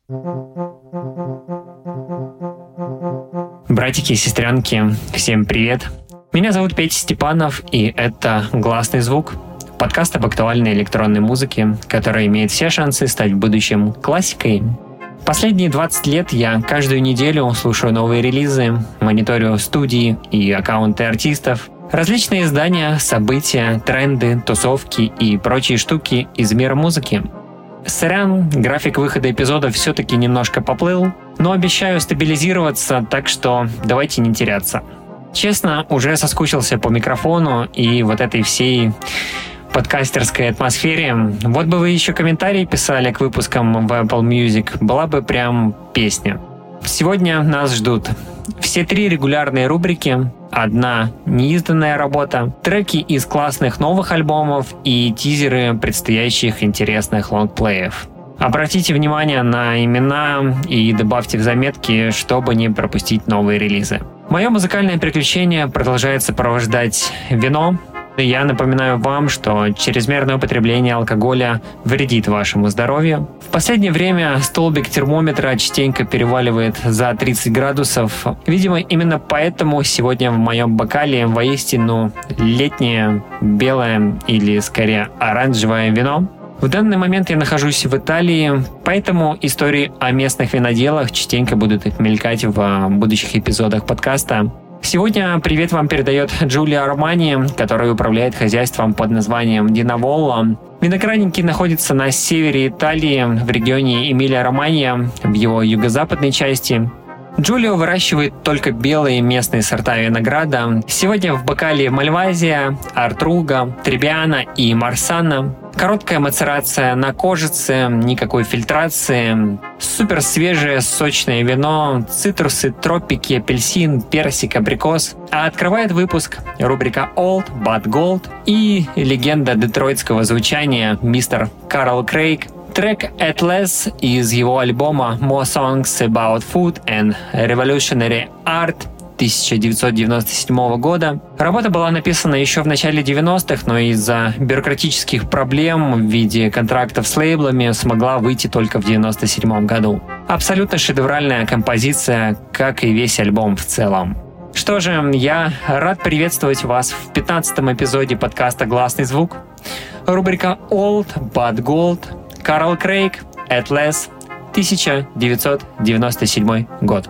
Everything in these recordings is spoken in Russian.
Братики и сестренки, всем привет! Меня зовут Петя Степанов, и это «Гласный звук», подкаст об актуальной электронной музыке, которая имеет все шансы стать в будущем классикой. Последние 20 лет я каждую неделю слушаю новые релизы, мониторю студии и аккаунты артистов, различные издания, события, тренды, тусовки и прочие штуки из мира музыки. Сорян, график выхода эпизодов все-таки немножко поплыл, но обещаю стабилизироваться, так что давайте не теряться. Честно, уже соскучился по микрофону и вот этой всей подкастерской атмосфере. Вот бы вы еще комментарии писали к выпускам в Apple Music, была бы прям песня. Сегодня нас ждут все 3 регулярные рубрики, 1 неизданная работа, треки из классных новых альбомов и тизеры предстоящих интересных лонгплеев. Обратите внимание на имена и добавьте в заметки, чтобы не пропустить новые релизы. Мое музыкальное приключение продолжает сопровождать вино. Я напоминаю вам, что чрезмерное употребление алкоголя вредит вашему здоровью. В последнее время столбик термометра частенько переваливает за 30 градусов. Видимо, именно поэтому сегодня в моем бокале воистину летнее, белое или скорее оранжевое вино. В данный момент я нахожусь в Италии, поэтому истории о местных виноделах частенько будут мелькать в будущих эпизодах подкаста. Сегодня привет вам передает Джулия Армани, которая управляет хозяйством под названием Динаволла. Виноградники находятся на севере Италии, в регионе Эмилия-Романья, в его юго-западной части. Джулио выращивает только белые местные сорта винограда. Сегодня в бокале Мальвазия, Артруга, Требиано и Марсана. Короткая мацерация на кожице, никакой фильтрации. Супер свежее, сочное вино, цитрусы, тропики, апельсин, персик, абрикос. А открывает выпуск рубрика Old But Gold и легенда детройтского звучания мистер Карл Крейг. Трек Atlas из его альбома More Songs About Food and Revolutionary Art 1997 года. Работа была написана еще в начале 90-х, но из-за бюрократических проблем в виде контрактов с лейблами смогла выйти только в 1997 году. Абсолютно шедевральная композиция, как и весь альбом в целом. Что же, я рад приветствовать вас в 15-м эпизоде подкаста «Гласный звук». Рубрика Old But Gold. Карл Крейг, Atlas, 1997 год.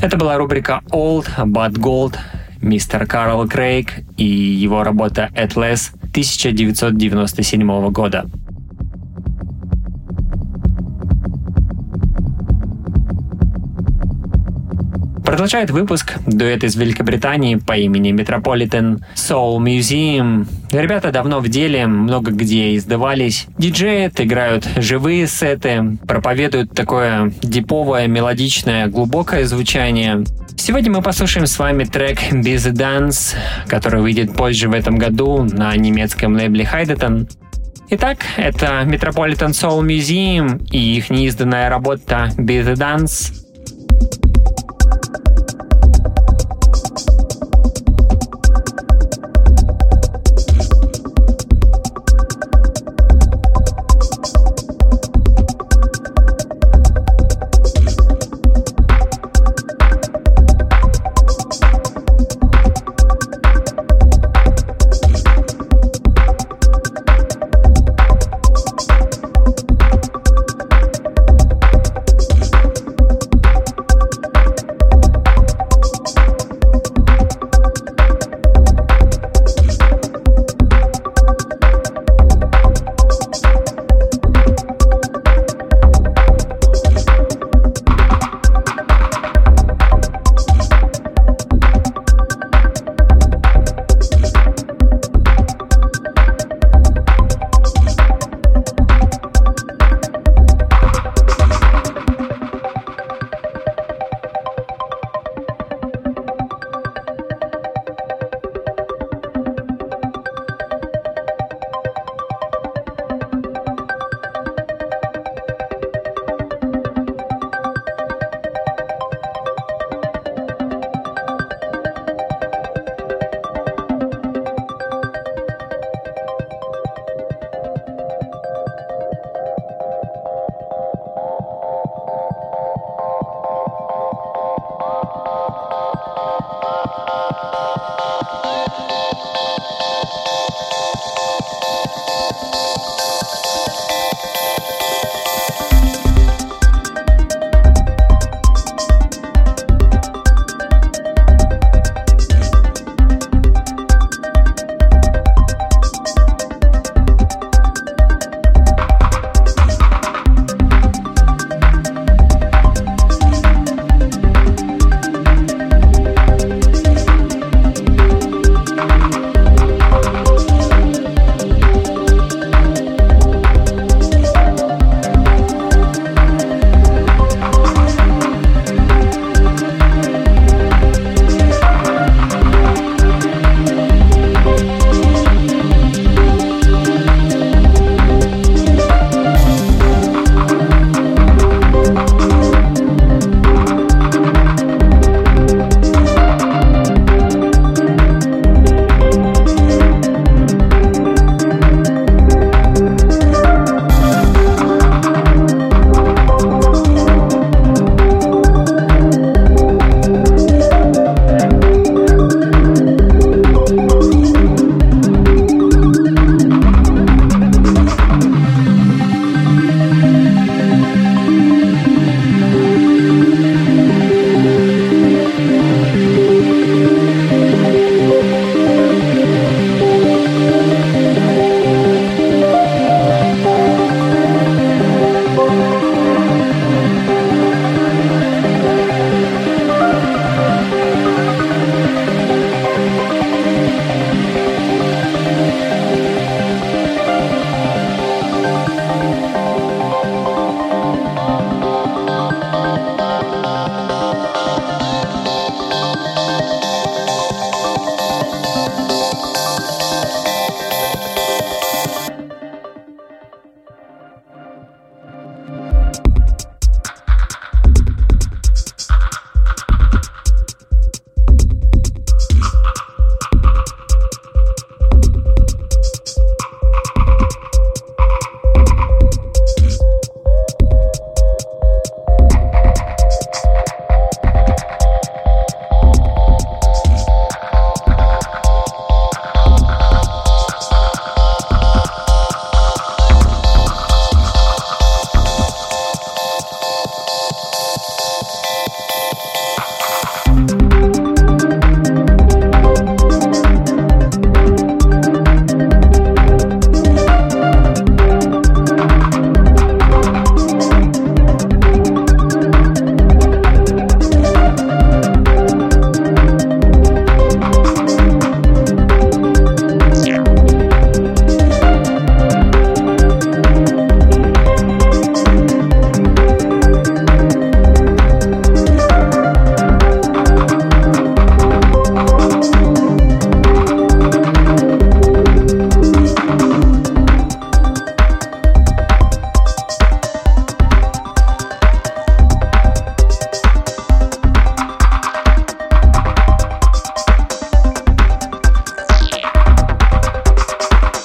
Это была рубрика Old But Gold, мистер Карл Крейг и его работа Atlas 1997 года. Продолжает выпуск дуэт из Великобритании по имени Metropolitan Soul Museum. Ребята давно в деле, много где издавались. Диджеют, играют живые сеты, проповедуют такое диповое, мелодичное, глубокое звучание. Сегодня мы послушаем с вами трек Busy Dance, который выйдет позже в этом году на немецком лейбле Heideton. Итак, это Metropolitan Soul Museum и их неизданная работа Busy Dance.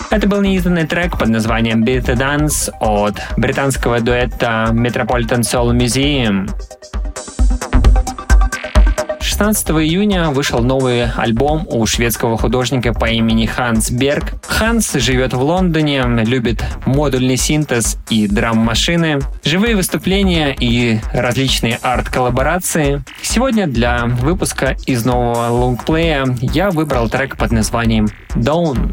Это был неизданный трек под названием Beat the Dance от британского дуэта Metropolitan Soul Museum. 16 июня вышел новый альбом у шведского художника по имени Ханс Берг. Ханс живет в Лондоне, любит модульный синтез и драм-машины, живые выступления и различные арт-коллаборации. Сегодня для выпуска из нового лонгплея я выбрал трек под названием Dawn.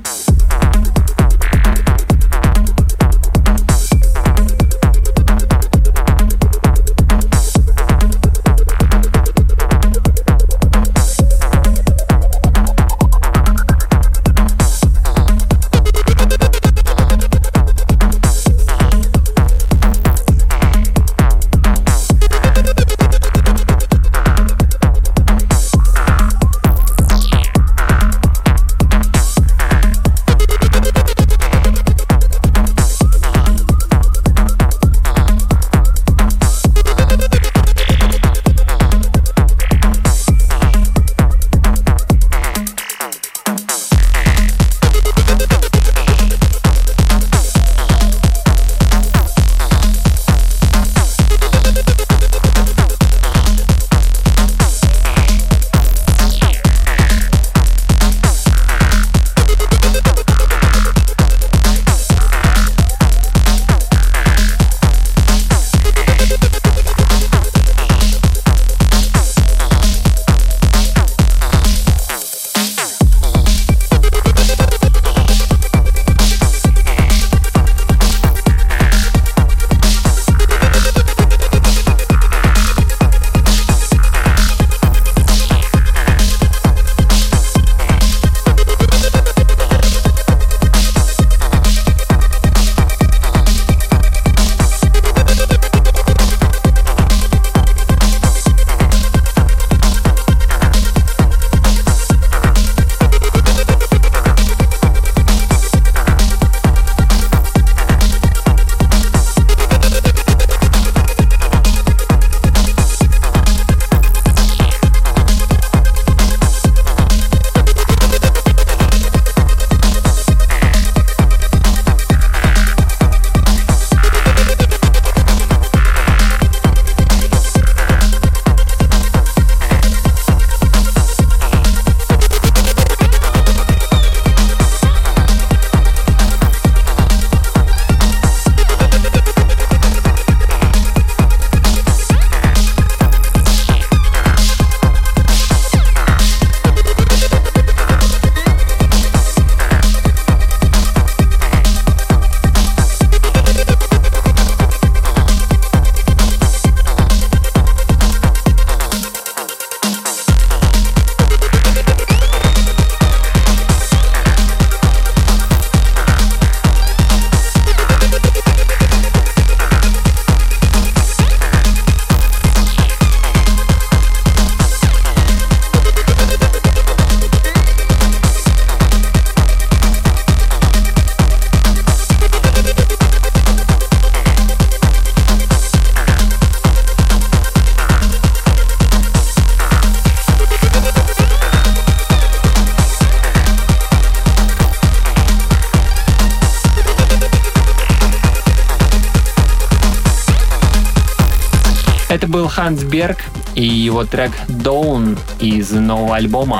Это был Ханс Берг и его трек Dawn из нового альбома.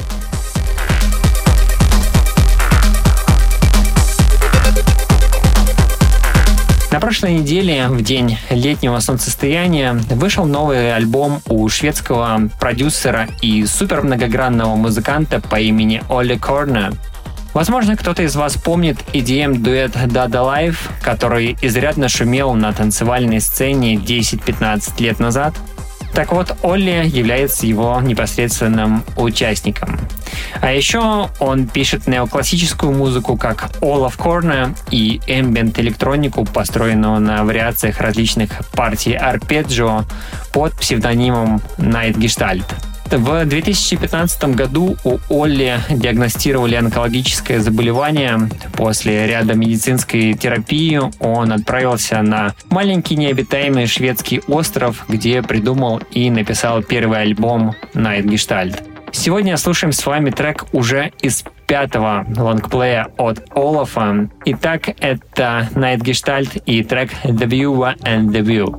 На прошлой неделе, в день летнего солнцестояния, вышел новый альбом у шведского продюсера и супер многогранного музыканта по имени Олли Корне. Возможно, кто-то из вас помнит EDM-дуэт Dada Life, который изрядно шумел на танцевальной сцене 10-15 лет назад. Так вот, Олли является его непосредственным участником. А еще он пишет неоклассическую музыку, как Олаф Корне, и эмбиент-электронику, построенную на вариациях различных партий арпеджио под псевдонимом Night Gestalt. В 2015 году у Олли диагностировали онкологическое заболевание. После ряда медицинской терапии он отправился на маленький необитаемый шведский остров, где придумал и написал первый альбом Night Gestalt. Сегодня слушаем с вами трек уже из 5-го лонгплея от Олафа. Итак, это Night Gestalt и трек The Viewer and the View.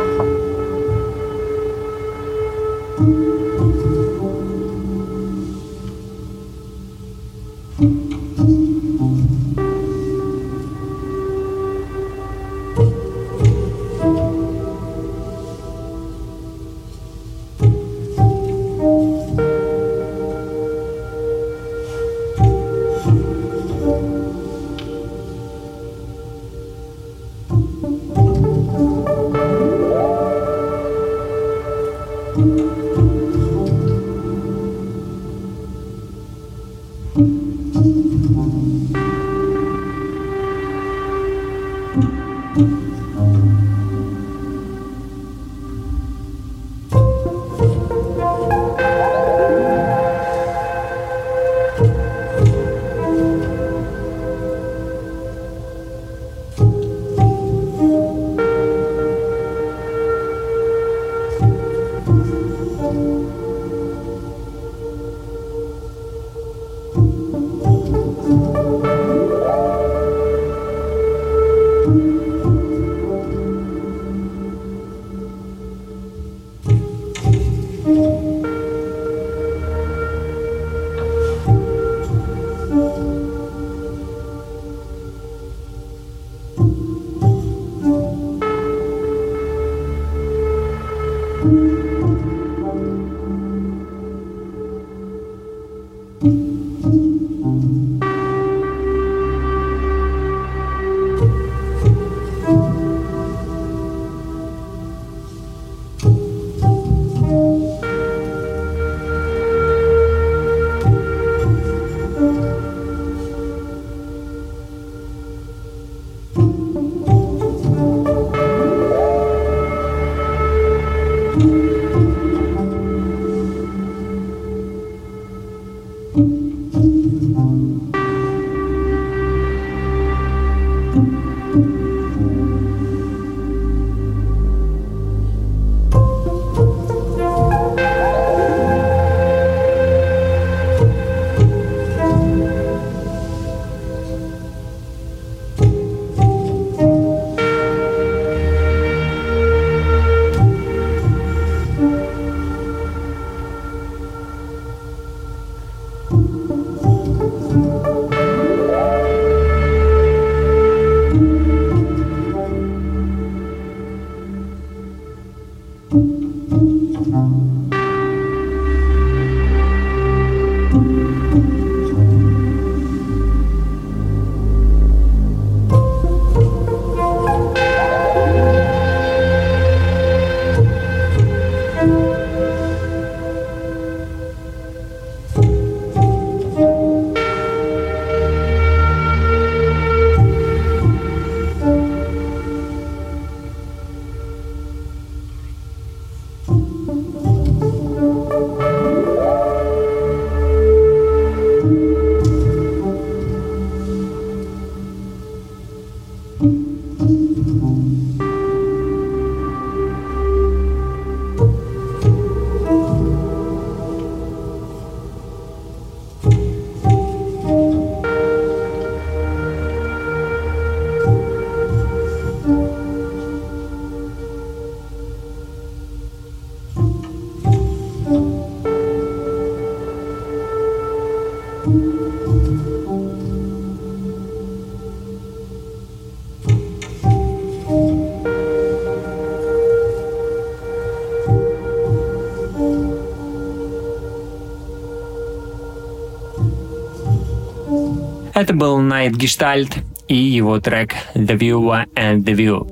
Это был Night Gestalt и его трек The Viewer and the View.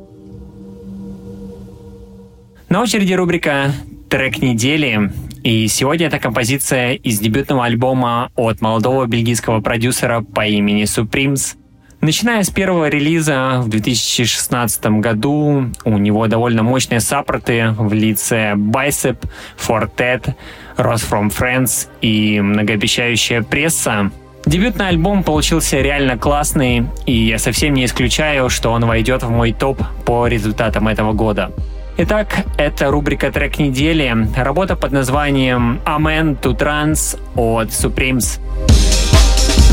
На очереди рубрика «Трек недели». И сегодня эта композиция из дебютного альбома от молодого бельгийского продюсера по имени Supremes. Начиная с первого релиза в 2016 году у него довольно мощные саппорты в лице Bicep, Fortet, Rose from Friends и многообещающая пресса. Дебютный альбом получился реально классный, и я совсем не исключаю, что он войдет в мой топ по результатам этого года. Итак, это рубрика «Трек недели», работа под названием «Amen to Trance» от Supremes.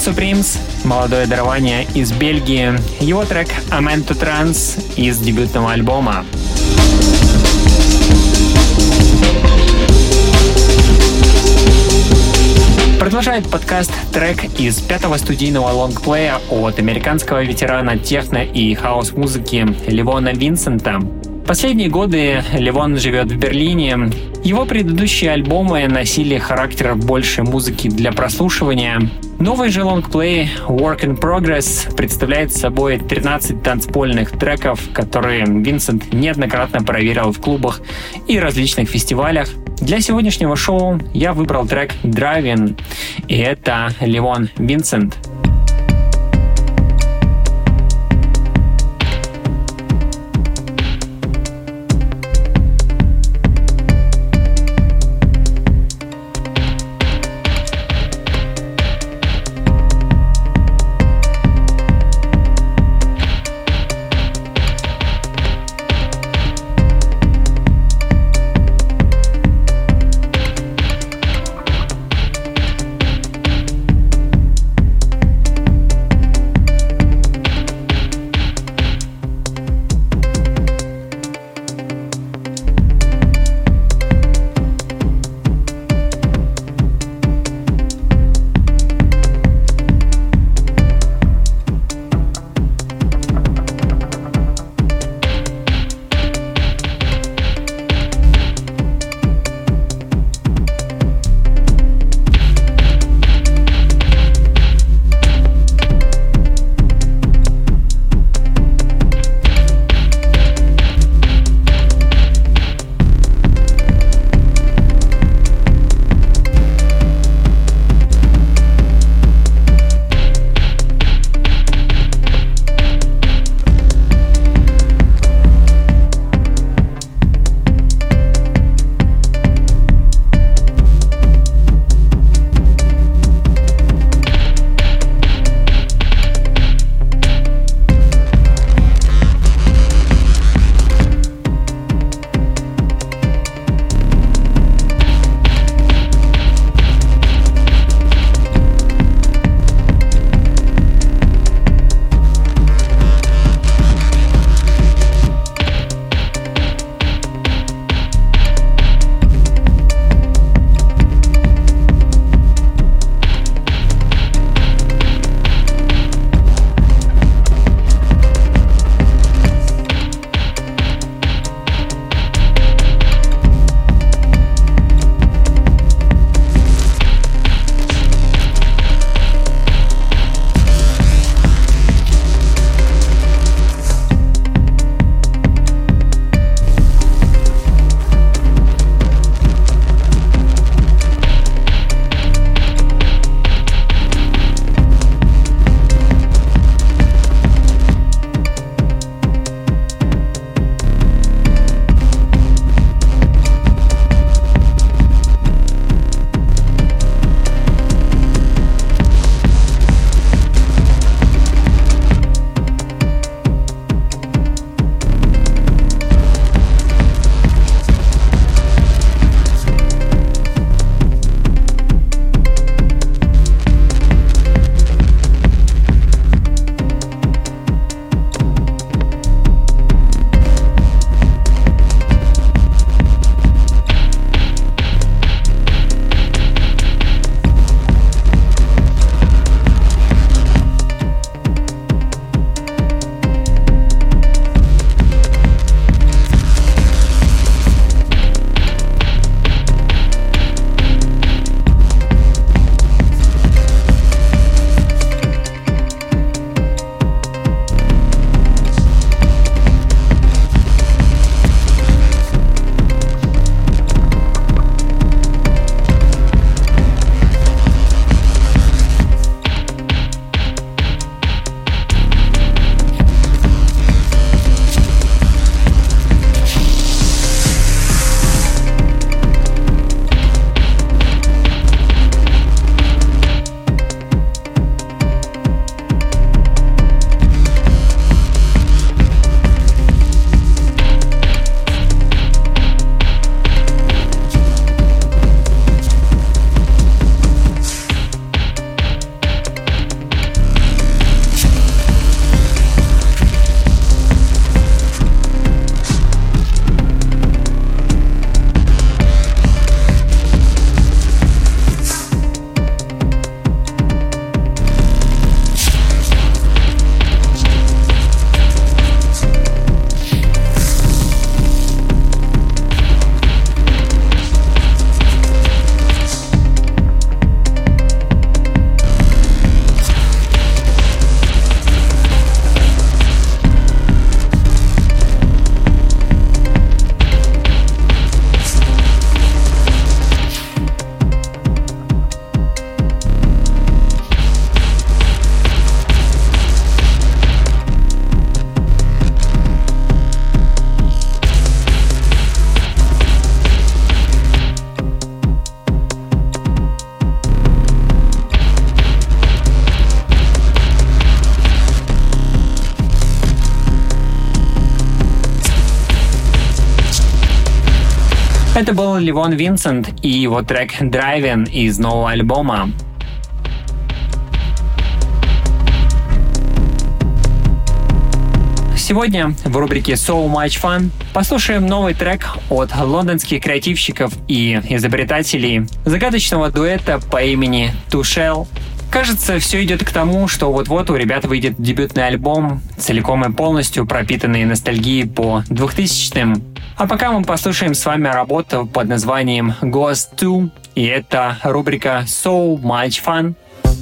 Supremes, молодое дарование из Бельгии, его трек «Amen to Trance» из дебютного альбома. Продолжает подкаст трек из 5-го студийного лонгплея от американского ветерана техно и хаус-музыки Левона Винсента. Последние годы Левон живет в Берлине. Его предыдущие альбомы носили характер больше музыки для прослушивания. Новый же лонгплей Work in Progress представляет собой 13 танцпольных треков, которые Винсент неоднократно проверил в клубах и различных фестивалях. Для сегодняшнего шоу я выбрал трек Driving, и это Левон Винсент. Это был Ливон Винсент и его трек «Driving» из нового альбома. Сегодня в рубрике So Much Fun послушаем новый трек от лондонских креативщиков и изобретателей загадочного дуэта по имени Tushell. Кажется, все идет к тому, что вот-вот у ребят выйдет дебютный альбом, целиком и полностью пропитанный ностальгией по 2000-м. А пока мы послушаем с вами работу под названием Ghost 2, и это рубрика So Much Fun.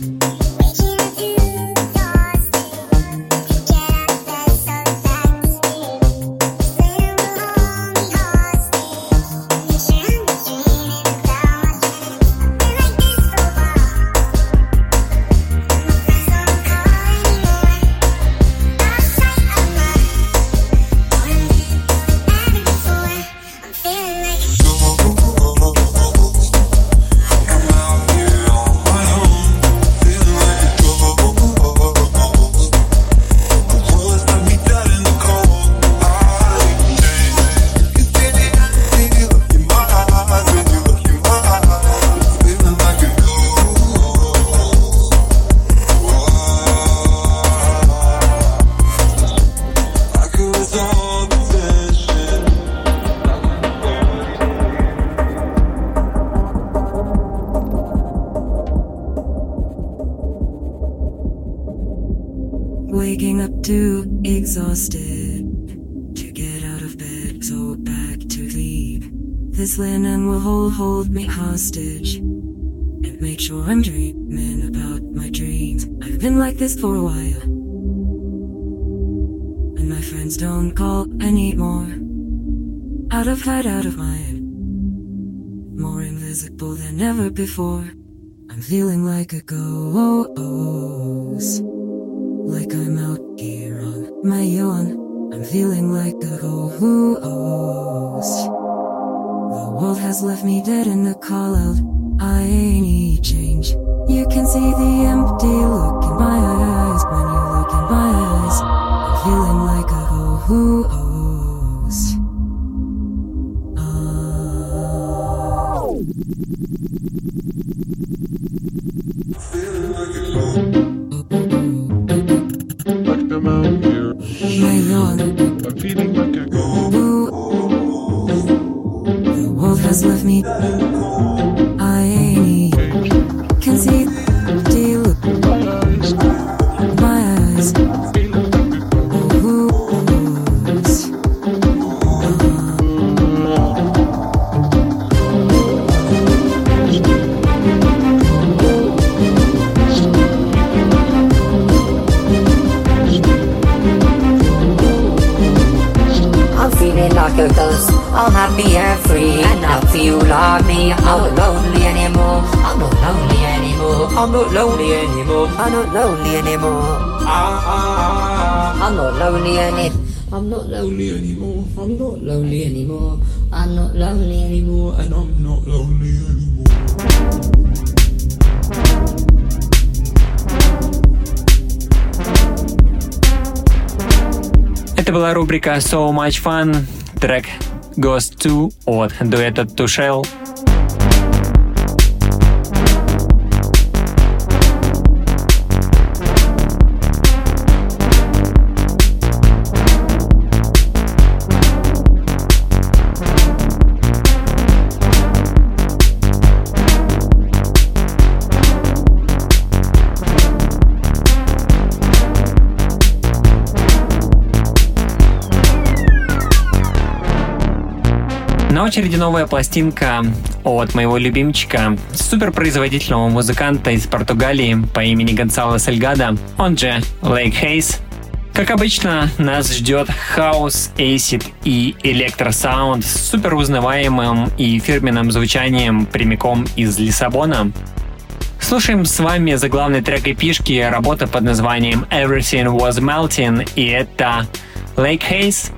Waking up too exhausted to get out of bed, so back to sleep. This linen will hold me hostage and make sure I'm dreaming about my dreams. I've been like this for a while, and my friends don't call anymore. Out of sight, out of mind, more invisible than ever before. I'm feeling like a ghost, like I'm out here on my own. I'm feeling like a ghost. The world has left me dead in the call out. I need change. You can see the empty look in my eyes when you look in my eyes. I'm feeling like a ghost. Feeling like a ghost. I'm out here. I'm feeling like a ghost. The world has left me. I need. Can see the look in my eyes. Feeling like a ghost. Like a ghost, I'm happy and free, and I feel like me. I'm not lonely anymore. I'm not lonely anymore. I'm not lonely anymore. I'm not lonely anymore. I'm not lonely anymore. I'm not lonely anymore. I'm not lonely anymore. I'm not lonely anymore. And I'm not lonely anymore. Это была рубрика So Much Fun, трек Ghost 2 от дуэта Tushell. На очереди новая пластинка от моего любимчика, суперпроизводительного музыканта из Португалии по имени Гонсало Сальгадо, он же Lake Haze. Как обычно, нас ждет хаус, эйсид и электросаунд с супер узнаваемым и фирменным звучанием прямиком из Лиссабона. Слушаем с вами заглавный трек эпишки, работа под названием Everything Was Melting, и это Lake Haze.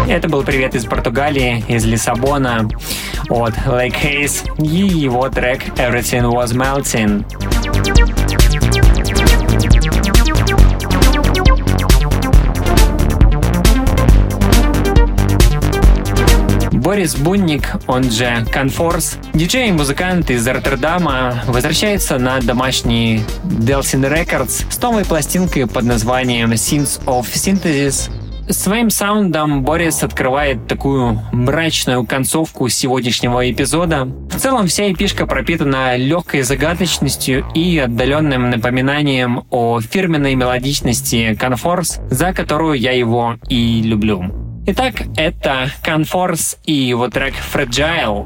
Это был привет из Португалии, из Лиссабона, от Lake Haze и его трек Everything Was Melting. Борис Бунник, он же Конфорс, диджей и музыкант из Роттердама, возвращается на домашний Delsin Records с новой пластинкой под названием Sins of Synthesis. Своим саундом Борис открывает такую мрачную концовку сегодняшнего эпизода. В целом вся эпишка пропитана легкой загадочностью и отдаленным напоминанием о фирменной мелодичности Конфорс, за которую я его и люблю. Итак, это Конфорс и его трек Fragile.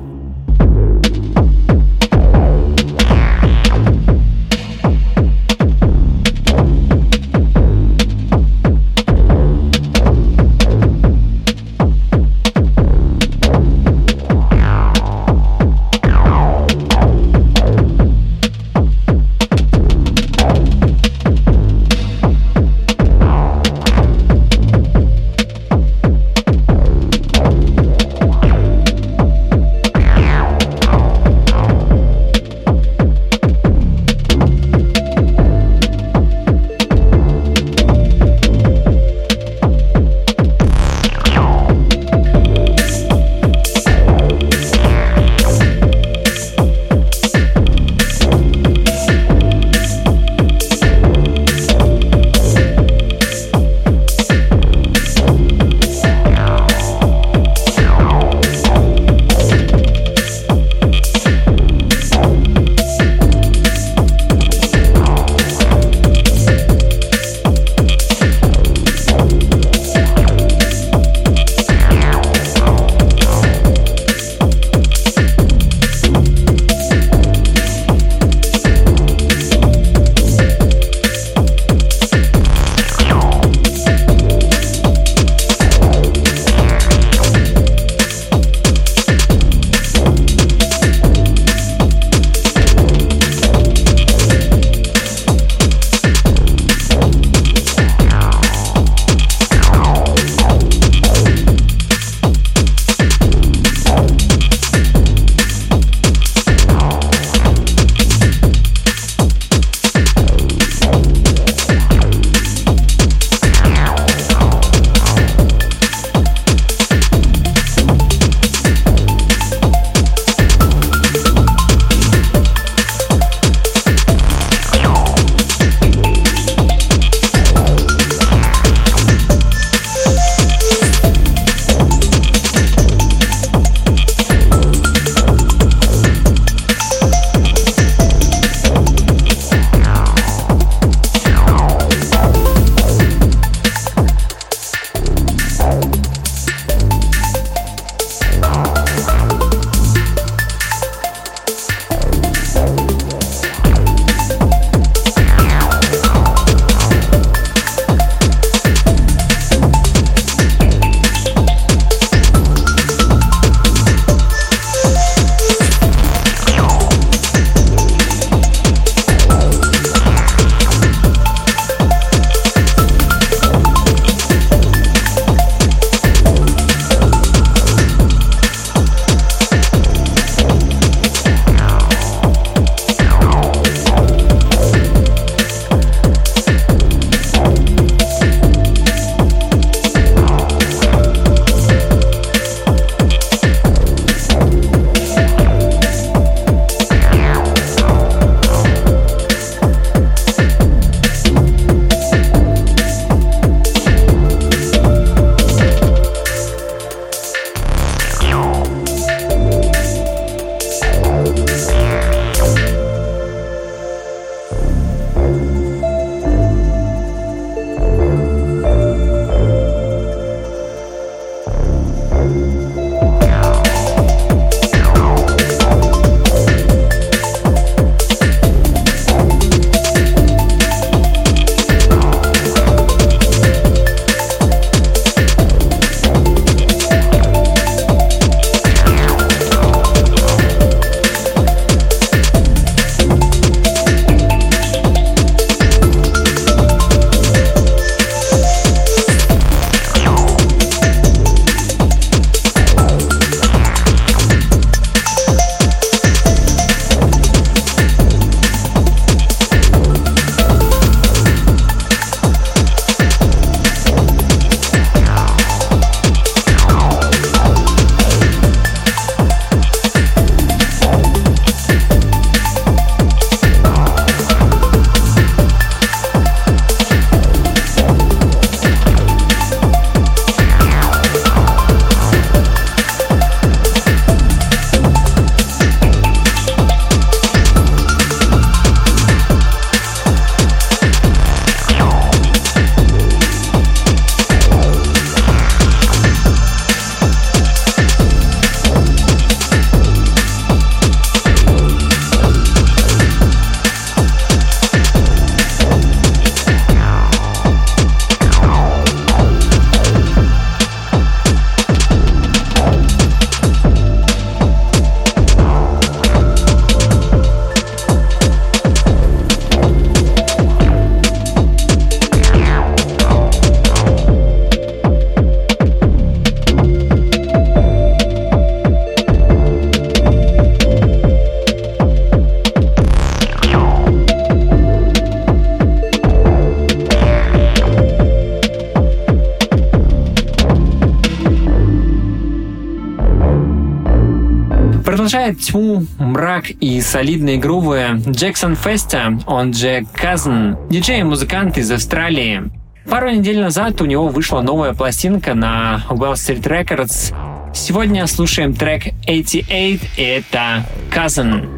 Продолжает тьму, мрак и солидные грувы Джексон Феста, он же Cousin, диджей и музыкант из Австралии. Пару недель назад у него вышла новая пластинка на Well Street Records. Сегодня слушаем трек 88, и это Cousin.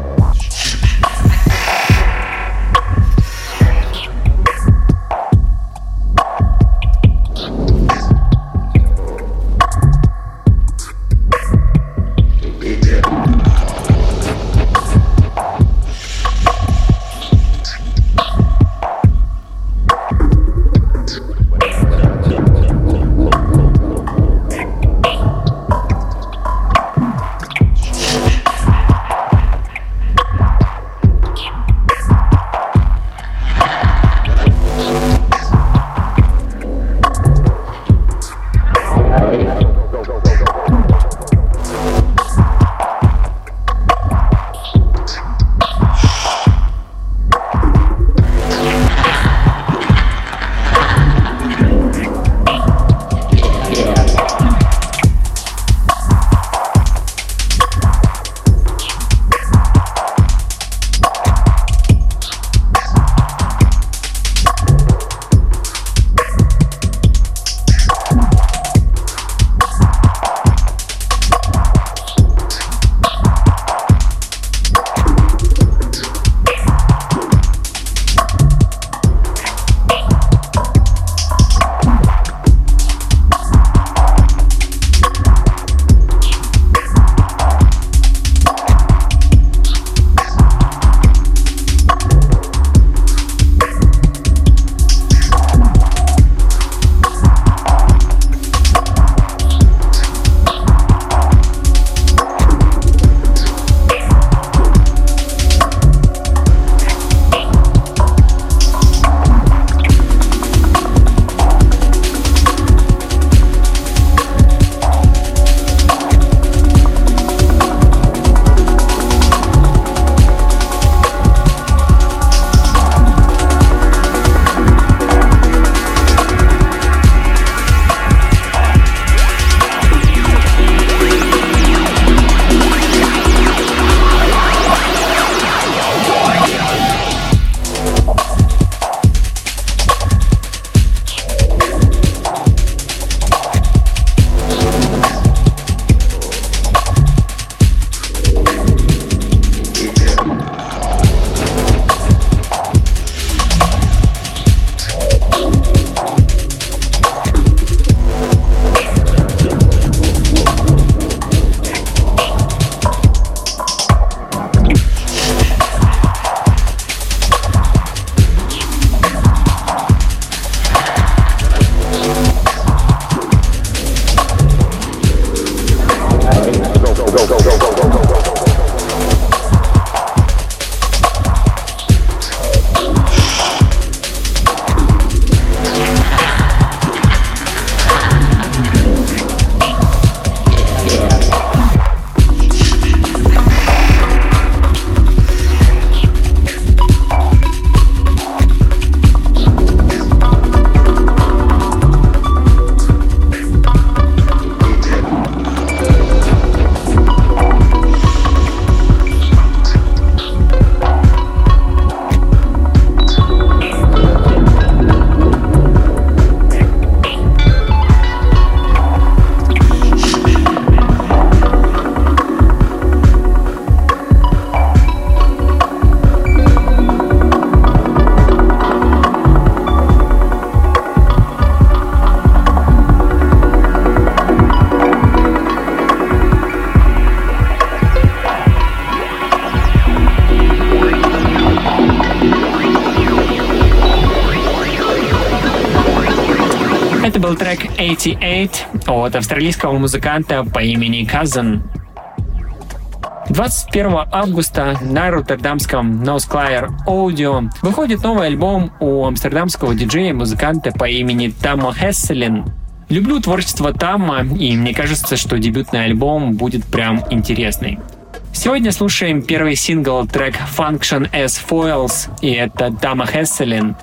Это был трек 88 от австралийского музыканта по имени Cousin. 21 августа на роттердамском Nosclair Audio выходит новый альбом у амстердамского диджея и музыканта по имени Тамо Хесселин. Люблю творчество Тамма, и мне кажется, что дебютный альбом будет прям интересный. Сегодня слушаем первый сингл, трек Function as Foils, и это Тамо Хесселин.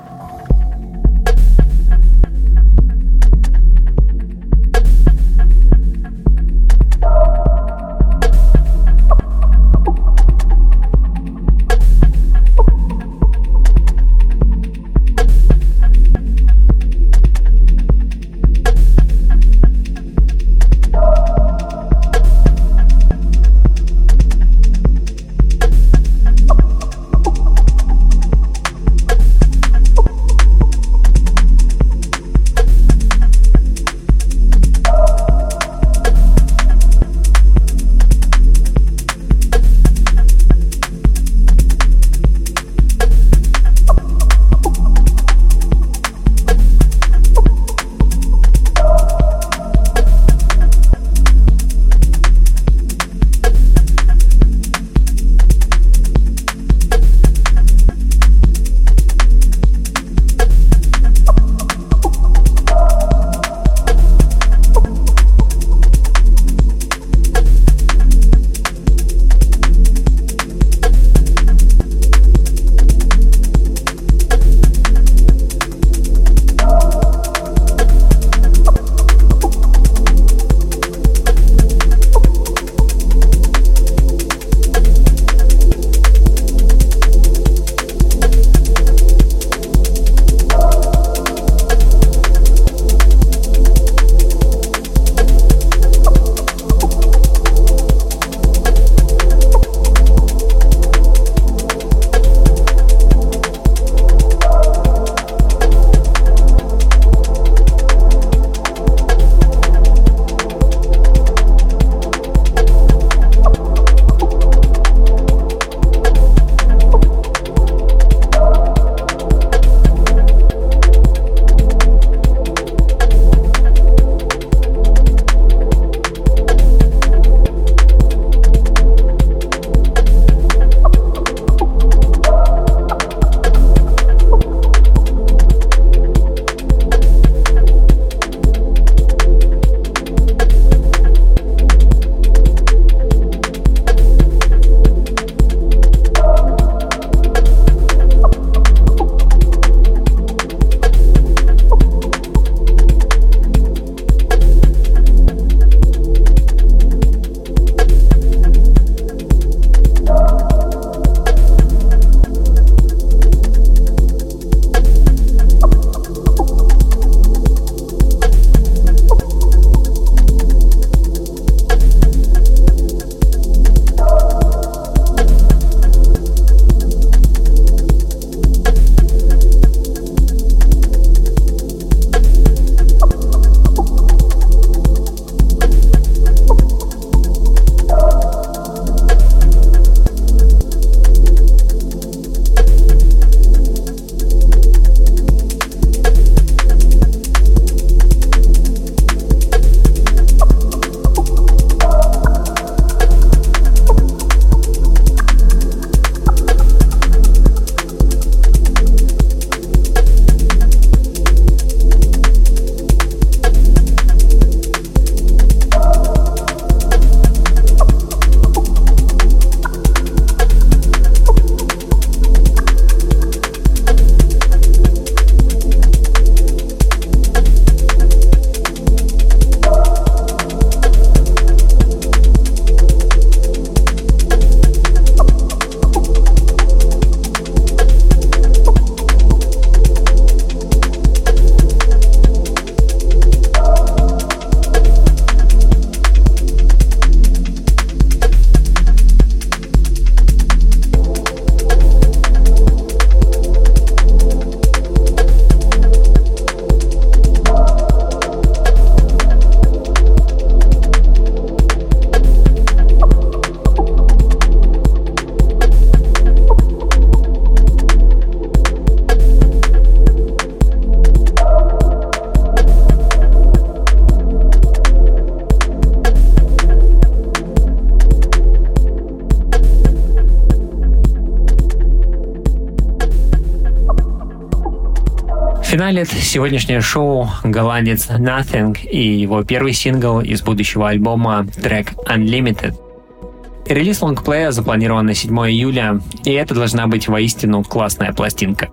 Финалит сегодняшнее шоу голландец Nothing и его первый сингл из будущего альбома, трек Unlimited. Релиз лонгплея запланирован на 7 июля, и это должна быть воистину классная пластинка.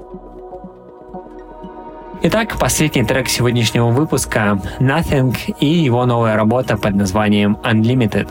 Итак, последний трек сегодняшнего выпуска — Nothing и его новая работа под названием Unlimited.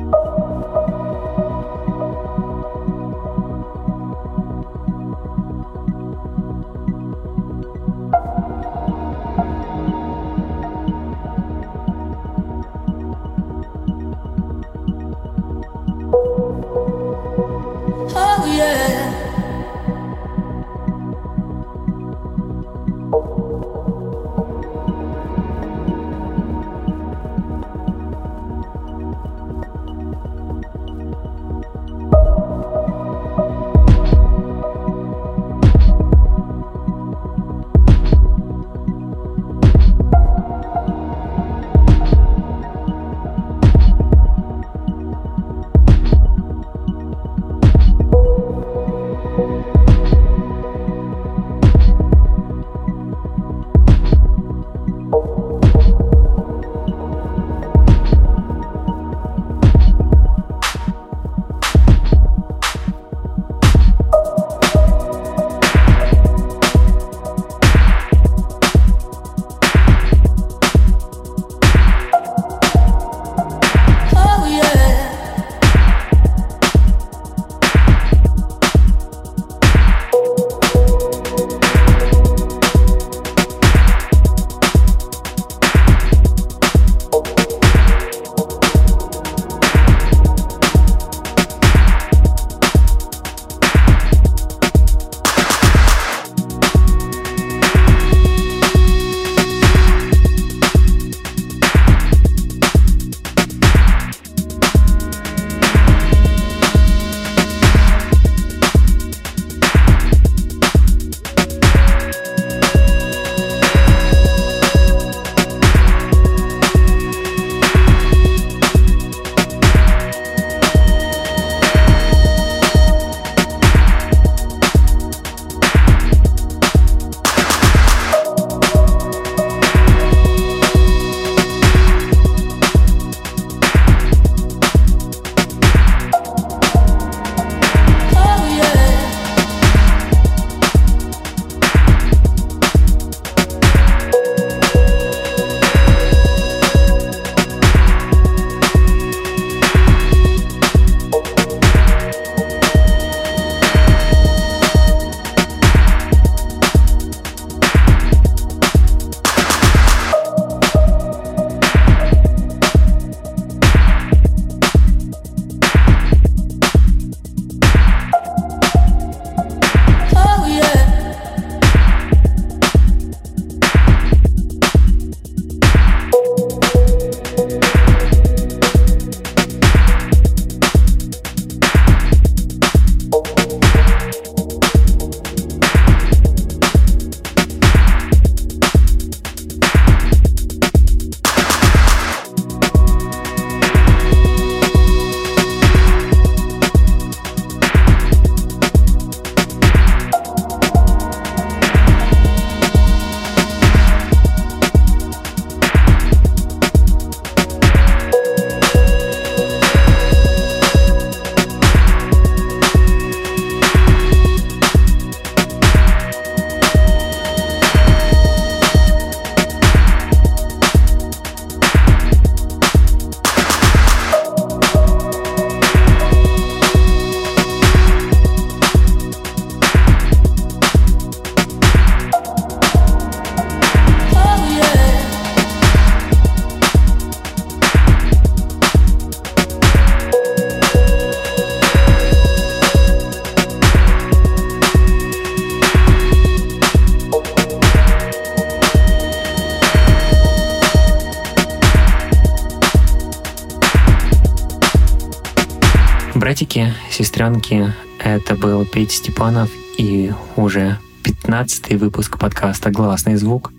Братики, сестренки, это был Петя Степанов и уже 15-й выпуск подкаста «Гласный звук».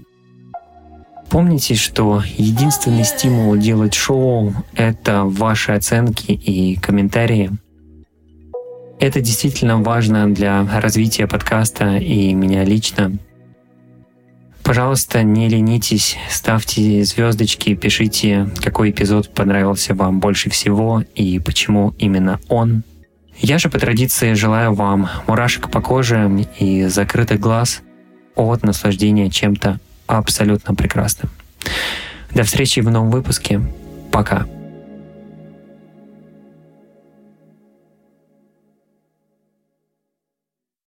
Помните, что единственный стимул делать шоу — это ваши оценки и комментарии. Это действительно важно для развития подкаста и меня лично. Пожалуйста, не ленитесь, ставьте звездочки, пишите, какой эпизод понравился вам больше всего и почему именно он. Я же по традиции желаю вам мурашек по коже и закрытых глаз от наслаждения чем-то абсолютно прекрасным. До встречи в новом выпуске. Пока.